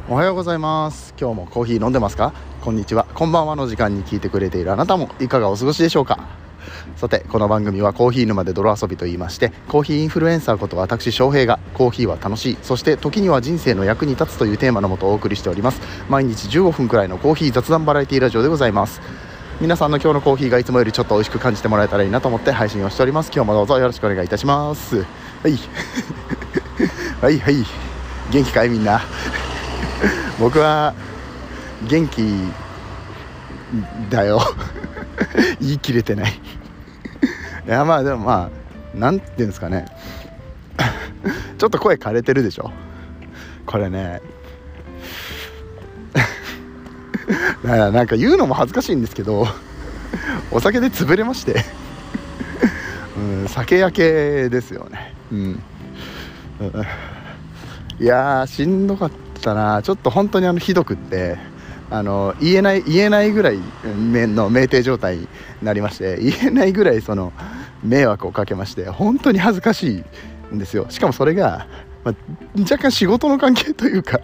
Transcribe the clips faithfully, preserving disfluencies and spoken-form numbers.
おはようございます。今日もコーヒー飲んでますか？こんにちは、こんばんはの時間に聞いてくれているあなたもいかがお過ごしでしょうか？さて、この番組はコーヒー沼で泥遊びと言いまして、コーヒーインフルエンサーこと私翔平がコーヒーは楽しい、そして時には人生の役に立つというテーマのもとお送りしております。毎日じゅうごふんくらいのコーヒー雑談バラエティラジオでございます。皆さんの今日のコーヒーがいつもよりちょっと美味しく感じてもらえたらいいなと思って配信をしております。今日もどうぞよろしくお願いいたします。はいはいはい、元気かいみんな。僕は元気だよ。言い切れてない。いや、まあでもまあなんていうんですかね、ちょっと声枯れてるでしょ。これねだからなんか言うのも恥ずかしいんですけど、お酒で潰れまして、うん、酒焼けですよね。うん、いやーしんどかったな。ちょっと本当にあのひどくって、あの言えない言えないぐらいの酩酊状態になりまして、言えないぐらいその迷惑をかけまして、本当に恥ずかしいんですよ。しかもそれが、まあ、若干仕事の関係というか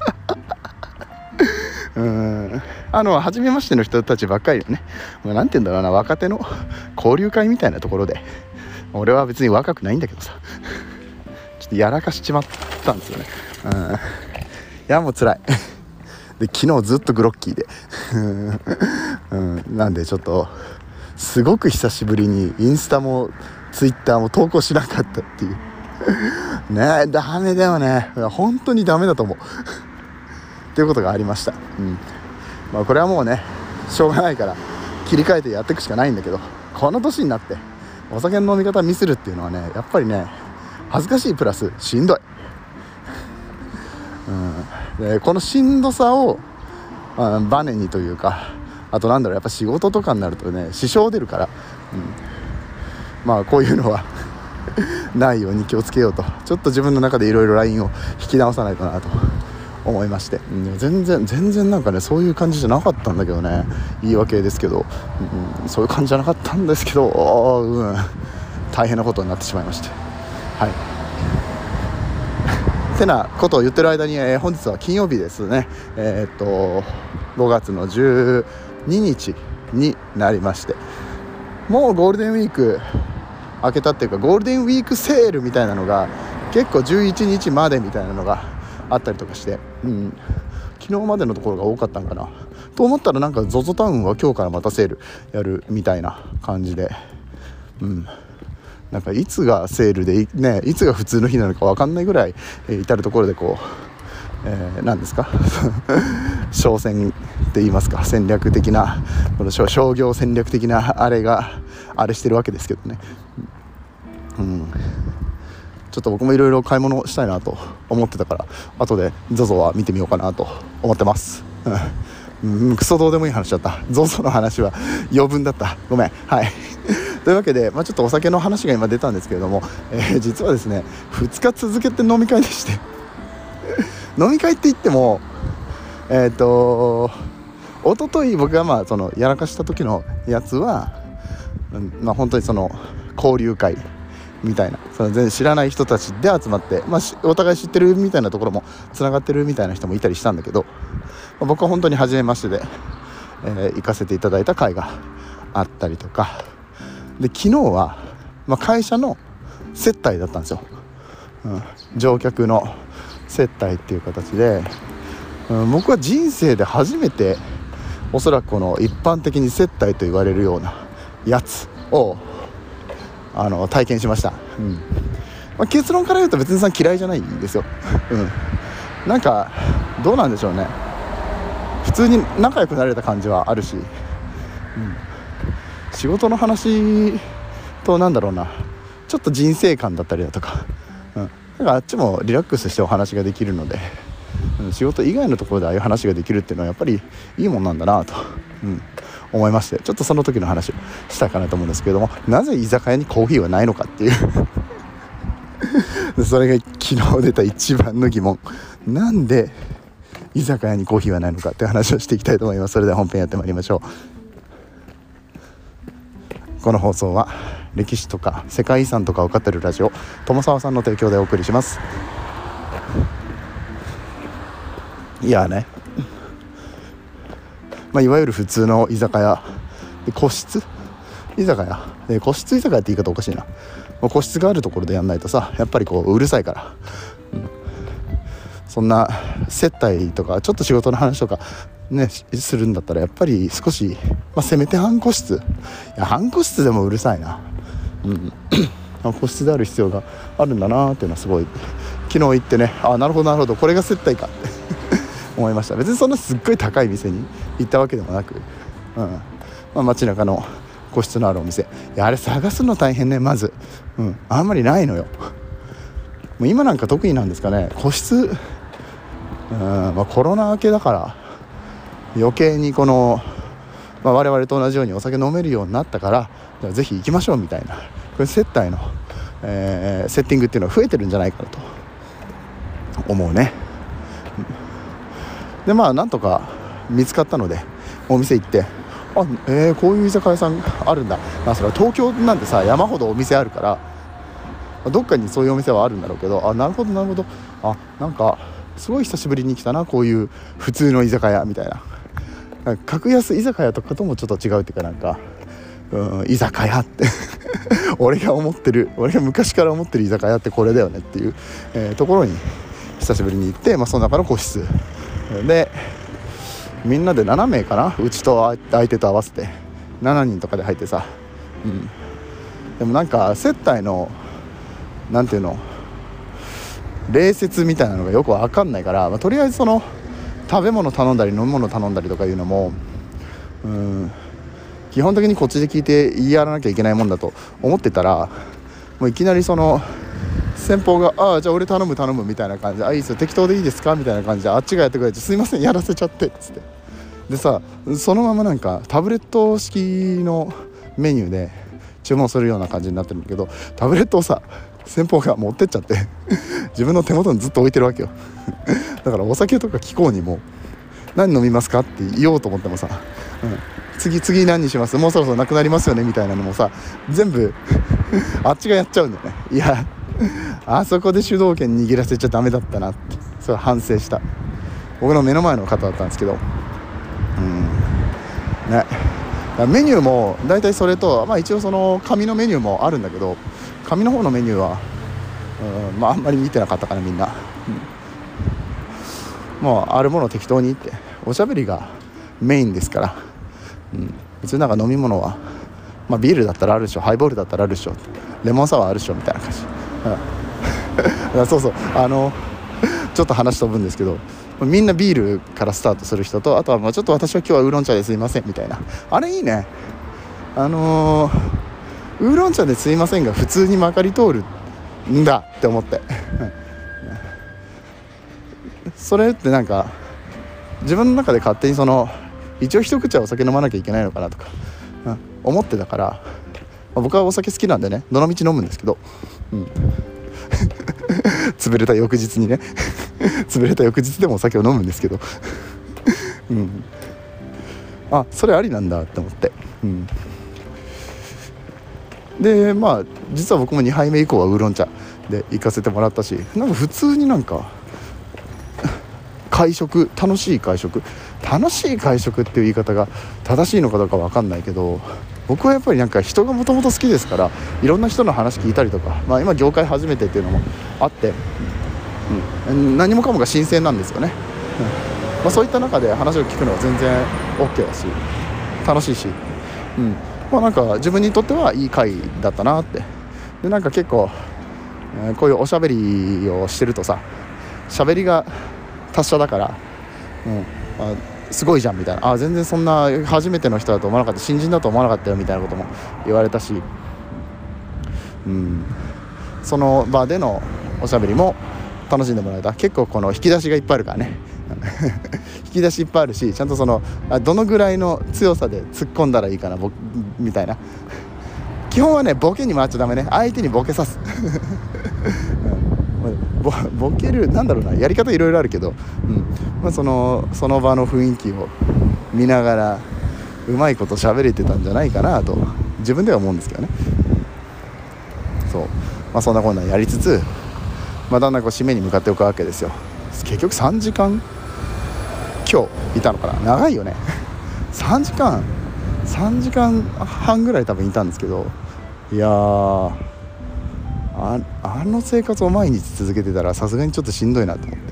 うーんあの初めましての人たちばっかりのね、まあ、なんて言うんだろうな、若手の交流会みたいなところで、俺は別に若くないんだけどさ、ちょっとやらかしちまったんですよね。うん、いやもう辛いで、昨日ずっとグロッキーで、うん、なんでちょっとすごく久しぶりにインスタもツイッターも投稿しなかったっていうね。えダメだよね、本当にダメだと思うっていうことがありました。うん、まあこれはもうねしょうがないから切り替えてやっていくしかないんだけど、この年になってお酒の飲み方ミスるっていうのはね、やっぱりね恥ずかしいプラスしんどい。うん、でこのしんどさを、まあ、バネにというか、あとなんだろう、やっぱ仕事とかになるとね支障出るから、うん、まあこういうのはないように気をつけようと、ちょっと自分の中でいろいろラインを引き直さないとなと思いまして、うん、全然全然なんかねそういう感じじゃなかったんだけどね、言い訳ですけど、うん、そういう感じじゃなかったんですけど、うん、大変なことになってしまいまして、はいてなことを言ってる間に、えー、本日は金曜日ですね。えー、っとごがつのじゅうににちになりまして、もうゴールデンウィーク明けたっていうか、ゴールデンウィークセールみたいなのが結構じゅういちにちまでみたいなのがあったりとかして、うん、昨日までのところが多かったんかなと思ったら、なんか ゾゾ タウンは今日からまたセールやるみたいな感じで、うんなんかいつがセールで、ね、いつが普通の日なのか分かんないぐらい、えー、至るところでこう、えー、何ですか商戦って言いますか、戦略的なこの商業戦略的なあれがあれしてるわけですけどね、うん、ちょっと僕もいろいろ買い物したいなと思ってたから、後で ゾゾ は見てみようかなと思ってます。うん、クソどうでもいい話だった。 ゾゾ の話は余分だった、ごめん。はいというわけで、まあ、ちょっとお酒の話が今出たんですけれども、えー、実はですねふつか続けて飲み会でして飲み会って言ってもえっ、ー、と一昨日僕がまあそのやらかした時のやつは、うんまあ、本当にその交流会みたいな、その全然知らない人たちで集まって、まあ、お互い知ってるみたいなところもつながってるみたいな人もいたりしたんだけど、まあ、僕は本当に初めましてで、えー、行かせていただいた会があったりとかで、昨日は、まあ、会社の接待だったんですよ、うん、乗客の接待っていう形で、うん、僕は人生で初めておそらくこの一般的に接待と言われるようなやつをあの体験しました。うんまあ、結論から言うと別にさ嫌いじゃないんですよ、うん、なんかどうなんでしょうね、普通に仲良くなれた感じはあるし、うん仕事の話となんだろうな、ちょっと人生観だったりだとか、うん、なんかあっちもリラックスしてお話ができるので、うん、仕事以外のところでああいう話ができるっていうのはやっぱりいいもんなんだなと、うん、思いまして、ちょっとその時の話をしたかなと思うんですけれども、なぜ居酒屋にコーヒーはないのかっていうそれが昨日出た一番の疑問、なんで居酒屋にコーヒーはないのかっていう話をしていきたいと思います。それでは本編やってまいりましょう。この放送は歴史とか世界遺産とかを語るラジオ友沢さんの提供でお送りします。いいやね、まあ、いわゆる普通の居酒屋で個室居酒屋で個室居酒屋って言い方おかしいな、まあ、個室があるところでやんないとさやっぱりこううるさいから、うん、そんな接待とかちょっと仕事の話とかねするんだったらやっぱり少し、まあ、せめて半個室、いや半個室でもうるさいな、うん個室である必要があるんだなっていうのはすごい昨日行ってね、あなるほどなるほどこれが接待かって思いました。別にそんなすっごい高い店に行ったわけでもなく、うんまあ、街中の個室のあるお店、いやあれ探すの大変ねまず、うん、あんまりないのよ。もう今なんか特になんですかね個室、うんまあ、コロナ明けだから余計にこの、まあ、我々と同じようにお酒飲めるようになったからじゃあぜひ行きましょうみたいなこれ接待の、えー、セッティングっていうのは増えてるんじゃないかなと思うね。でまあなんとか見つかったのでお店行ってあ、えー、こういう居酒屋さんあるんだ、まあ、それは東京なんてさ山ほどお店あるからどっかにそういうお店はあるんだろうけど、あなるほどなるほど、あなんかすごい久しぶりに来たなこういう普通の居酒屋みたいな、なんか格安居酒屋とかともちょっと違うっていうかなんか、うん、居酒屋って俺が思ってる俺が昔から思ってる居酒屋ってこれだよねっていう、えー、ところに久しぶりに行って、まあ、その中の個室でみんなでななめいかな、うちと相手と合わせてしちにんとかで入ってさ、うん、でもなんか接待のなんていうの礼節みたいなのがよく分かんないから、まあ、とりあえずその食べ物頼んだり飲み物頼んだりとかいうのも、うん、基本的にこっちで聞いて言いやらなきゃいけないもんだと思ってたら、もういきなりその先方がああじゃあ俺頼む頼むみたいな感じで、あいいですよ適当でいいですかみたいな感じであっちがやってくれてすいませんやらせちゃってっつって、でさそのままなんかタブレット式のメニューで注文するような感じになってるんだけど、タブレットをさ先方が持ってっちゃって自分の手元にずっと置いてるわけよだからお酒とか聞こうにも何飲みますかって言おうと思ってもさ、うん、次次何にしますもうそろそろなくなりますよねみたいなのもさ全部あっちがやっちゃうんだよね。いやあそこで主導権握らせちゃダメだったなってそれ反省した。僕の目の前の方だったんですけど、うんね、メニューも大体それと、まあ、一応その紙のメニューもあるんだけど紙の方のメニューは、うんまあ、あんまり見てなかったかなみんな、うん、もうあるものを適当に言っておしゃべりがメインですから、うん、別になんか飲み物は、まあ、ビールだったらあるでしょハイボールだったらあるでしょレモンサワーあるでしょみたいな感じ、うん、そうそうあのちょっと話飛ぶんですけどみんなビールからスタートする人とあとはもうちょっと私は今日はウーロン茶ですいませんみたいなあれいいね。あのーウーロン茶ですいませんが普通にまかり通るんだって思ってそれってなんか自分の中で勝手にその一応一口はお酒飲まなきゃいけないのかなとか、うん、思ってたから、まあ、僕はお酒好きなんでねどの道飲むんですけど、うん、潰れた翌日にね潰れた翌日でもお酒を飲むんですけど、うん、あそれありなんだって思って、うんでまあ実は僕もにはいめ以降はウーロン茶で行かせてもらったし、なんか普通になんか会食楽しい会食楽しい会食っていう言い方が正しいのかどうか分かんないけど、僕はやっぱりなんか人がもともと好きですからいろんな人の話聞いたりとか、まあ、今業界初めてっていうのもあって、うん、何もかもが新鮮なんですよね、うんまあ、そういった中で話を聞くのは全然 OK だし楽しいし、うんまあ、なんか自分にとってはいい回だったなって。でなんか結構、えー、こういうおしゃべりをしてるとさ喋りが達者だから、うんあ、すごいじゃんみたいな、あ全然そんな初めての人だと思わなかった新人だと思わなかったよみたいなことも言われたし、うん、その場でのおしゃべりも楽しんでもらえた。結構この引き出しがいっぱいあるからね引き出しいっぱいあるしちゃんとそのどのぐらいの強さで突っ込んだらいいかな僕みたいな。基本はねボケに回っちゃダメね。相手にボケさすボ, ボケるなんだろうなやり方いろいろあるけど、うんまあ、そのその場の雰囲気を見ながらうまいこと喋れてたんじゃないかなと自分では思うんですけどね。そう、まあ、そんなこんなやりつつ、まあ、だんだんこう締めに向かっておくわけですよ。結局さんじかん今日いたのかな。長いよねさんじかんさんじかんはんぐらい多分いたんですけど、いやー あ, あの生活を毎日続けてたらさすがにちょっとしんどいなと思って。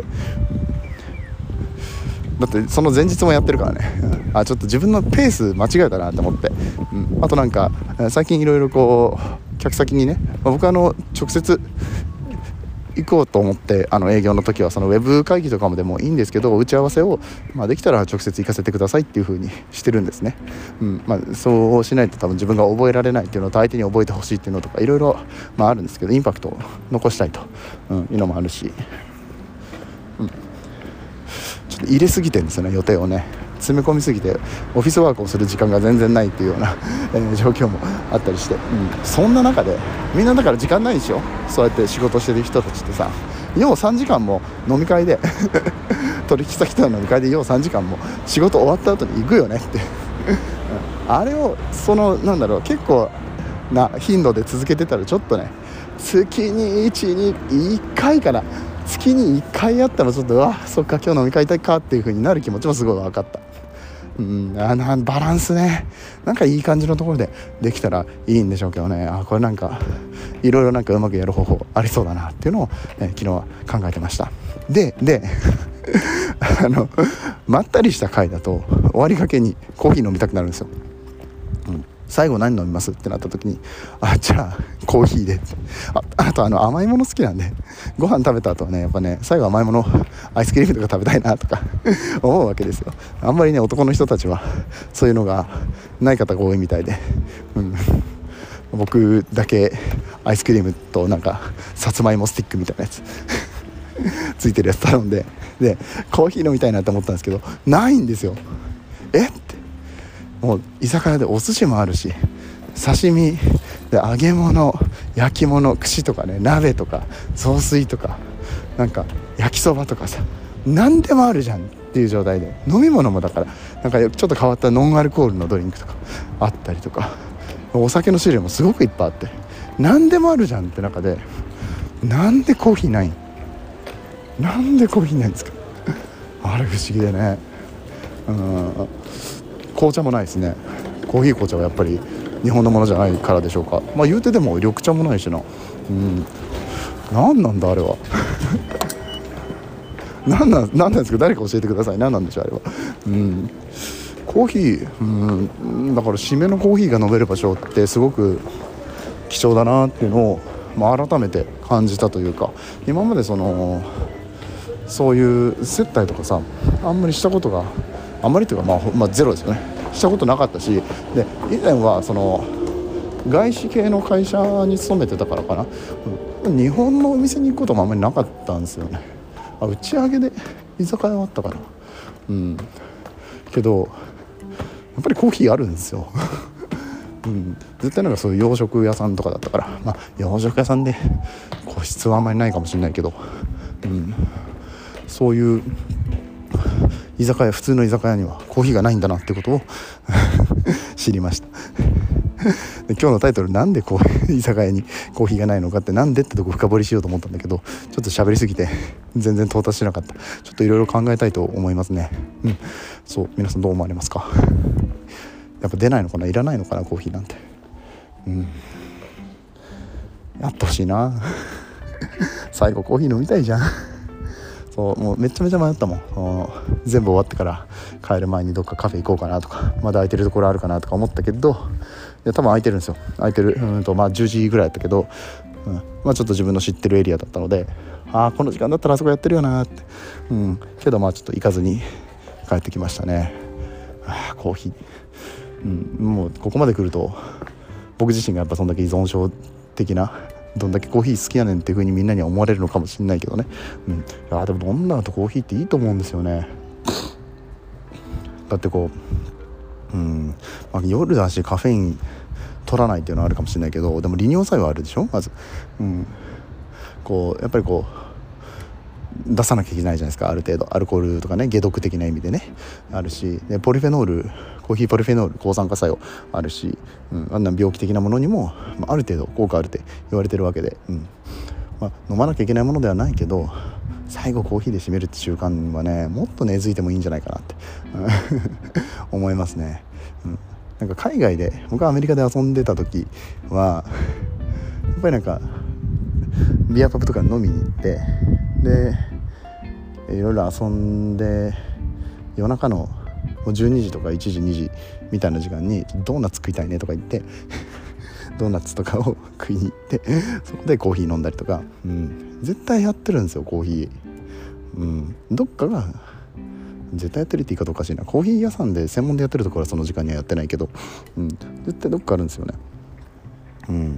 だってその前日もやってるからねあちょっと自分のペース間違えたなと思って、うん、あとなんか最近いろいろこう客先にね、まあ、僕はあの直接行こうと思ってあの営業の時はそのウェブ会議とかもでもいいんですけど、打ち合わせを、まあ、できたら直接行かせてくださいっていう風にしてるんですね、うんまあ、そうしないと多分自分が覚えられないっていうのと相手に覚えてほしいっていうのとかいろいろまああるんですけど、インパクトを残したいと、うん、いうのもあるし、うん、ちょっと入れすぎてるんですよね予定をね。詰め込みすぎてオフィスワークをする時間が全然ないっていうような、えー、状況もあったりして、うん、そんな中でみんなだから時間ないんですよ。そうやって仕事してる人たちってさ、ようさんじかんも飲み会で取引先との飲み会でようさんじかんも仕事終わった後に行くよねってあれをそのなんだろう結構な頻度で続けてたらちょっとね、月にいちにいっかいかな、月にいっかいやったらちょっとうわそっか今日飲み会行きたいかっていう風になる気持ちもすごい分かった。うん、あなバランスね、なんかいい感じのところでできたらいいんでしょうけどね。あこれなんかいろいろなんかうまくやる方法ありそうだなっていうのを、えー、昨日は考えてました。でであのまったりした回だと終わりがけにコーヒー飲みたくなるんですよ、うん、最後何飲みますってなった時にあじゃあコーヒーで あ, あとあの甘いもの好きなんでご飯食べた後はねやっぱね最後甘いものアイスクリームとか食べたいなとか思うわけですよ。あんまりね男の人たちはそういうのがない方が多いみたいで、うん、僕だけアイスクリームとなんかさつまいもスティックみたいなやつついてるやつ頼んで、でコーヒー飲みたいなと思ったんですけどないんですよ。えってもう居酒屋でお寿司もあるし刺身で揚げ物焼き物串とかね鍋とか雑炊とかなんか焼きそばとかさ何でもあるじゃんっていう状態で、飲み物もだからなんかちょっと変わったノンアルコールのドリンクとかあったりとかお酒の種類もすごくいっぱいあって何でもあるじゃんって中でなんでコーヒーないんなんでコーヒーないんですかあれ不思議でね。うん紅茶もないですね。コーヒー紅茶はやっぱり日本のものじゃないからでしょうか。まあ言うてでも緑茶もないしな、うん何なんだあれは何なん何なんですか、誰か教えてください。何なんでしょうあれは。うんコーヒー、うん、だから締めのコーヒーが飲める場所ってすごく貴重だなっていうのを、まあ、改めて感じたというか、今までそのそういう接待とかさあんまりしたことがあんまりというか、まあ、まあゼロですよね。したことなかったし、で以前はその外資系の会社に勤めてたからかな、うん、日本のお店に行くこともあんまりなかったんですよね。あ打ち上げで居酒屋はあったかな、うんけどやっぱりコーヒーあるんですよ、うん、絶対なんかそういう洋食屋さんとかだったから、まあ洋食屋さんで個室はあんまりないかもしれないけど、うん、そういう居酒屋普通の居酒屋にはコーヒーがないんだなってことを知りましたで今日のタイトルなんでこう居酒屋にコーヒーがないのかってなんでってとこ深掘りしようと思ったんだけどちょっと喋りすぎて全然到達しなかった。ちょっといろいろ考えたいと思いますね。うんそう皆さんどう思われますか。やっぱ出ないのかないらないのかなコーヒーなんて。うんやってほしいな最後コーヒー飲みたいじゃんそうもうめちゃめちゃ迷ったもん。全部終わってから帰る前にどっかカフェ行こうかなとかまだ空いてるところあるかなとか思ったけど、いや多分空いてるんですよ。空いてるうんとまあじゅうじぐらいだったけど、うんまあ、ちょっと自分の知ってるエリアだったので、ああこの時間だったらあそこやってるよなって、うん、けどまあちょっと行かずに帰ってきましたね。あコーヒー、うん、もうここまで来ると僕自身がやっぱそんだけ依存症的などんだけコーヒー好きやねんっていう風にみんなには思われるのかもしれないけどね、うん、いやでも飲んだ後コーヒーっていいと思うんですよね。だってこう、うんまあ、夜だしカフェイン取らないっていうのはあるかもしれないけど、でも利尿作用あるでしょまず、うん、こうやっぱりこう出さなきゃいけないじゃないですか。ある程度アルコールとかね解毒的な意味でねあるし、でポリフェノールコーヒーポリフェノール抗酸化作用あるし、うん、あんな病気的なものにも、まあ、ある程度効果あるって言われてるわけで、うんまあ、飲まなきゃいけないものではないけど最後コーヒーで締めるって習慣はねもっと根付いてもいいんじゃないかなって思いますね、うん、なんか海外で僕はアメリカで遊んでた時はやっぱりなんかビアパブとか飲みに行ってでいろいろ遊んで夜中のもうじゅうにじとかいちじにじみたいな時間にドーナツ食いたいねとか言ってドーナツとかを食いに行ってそこでコーヒー飲んだりとか、うん、絶対やってるんですよコーヒー、うん、どっかが絶対やってるって言い方おかしいな。コーヒー屋さんで専門でやってるところはその時間にはやってないけど、うん、絶対どっかあるんですよね。うん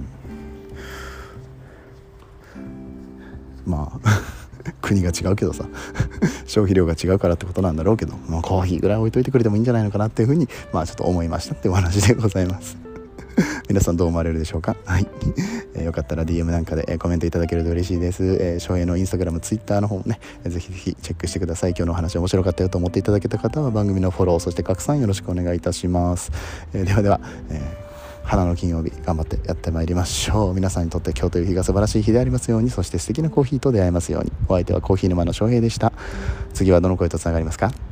まあ国が違うけどさ消費量が違うからってことなんだろうけど、まあ、コーヒーぐらい置いといてくれてもいいんじゃないのかなっていうふうにまあちょっと思いましたっていうお話でございます皆さんどう思われるでしょうか。はい、えー、よかったら ディーエム なんかで、えー、コメントいただけると嬉しいです。えー、翔平のインスタグラム、ツイッターの方もね、えー、ぜひぜひチェックしてください。今日のお話面白かったよと思っていただけた方は番組のフォロー、そして拡散よろしくお願いいたします。えー、ではでは、えー花の金曜日頑張ってやってまいりましょう。皆さんにとって今日という日が素晴らしい日でありますように、そして素敵なコーヒーと出会えますように。お相手はコーヒー沼の翔平でした。次はどの声とつながりますか？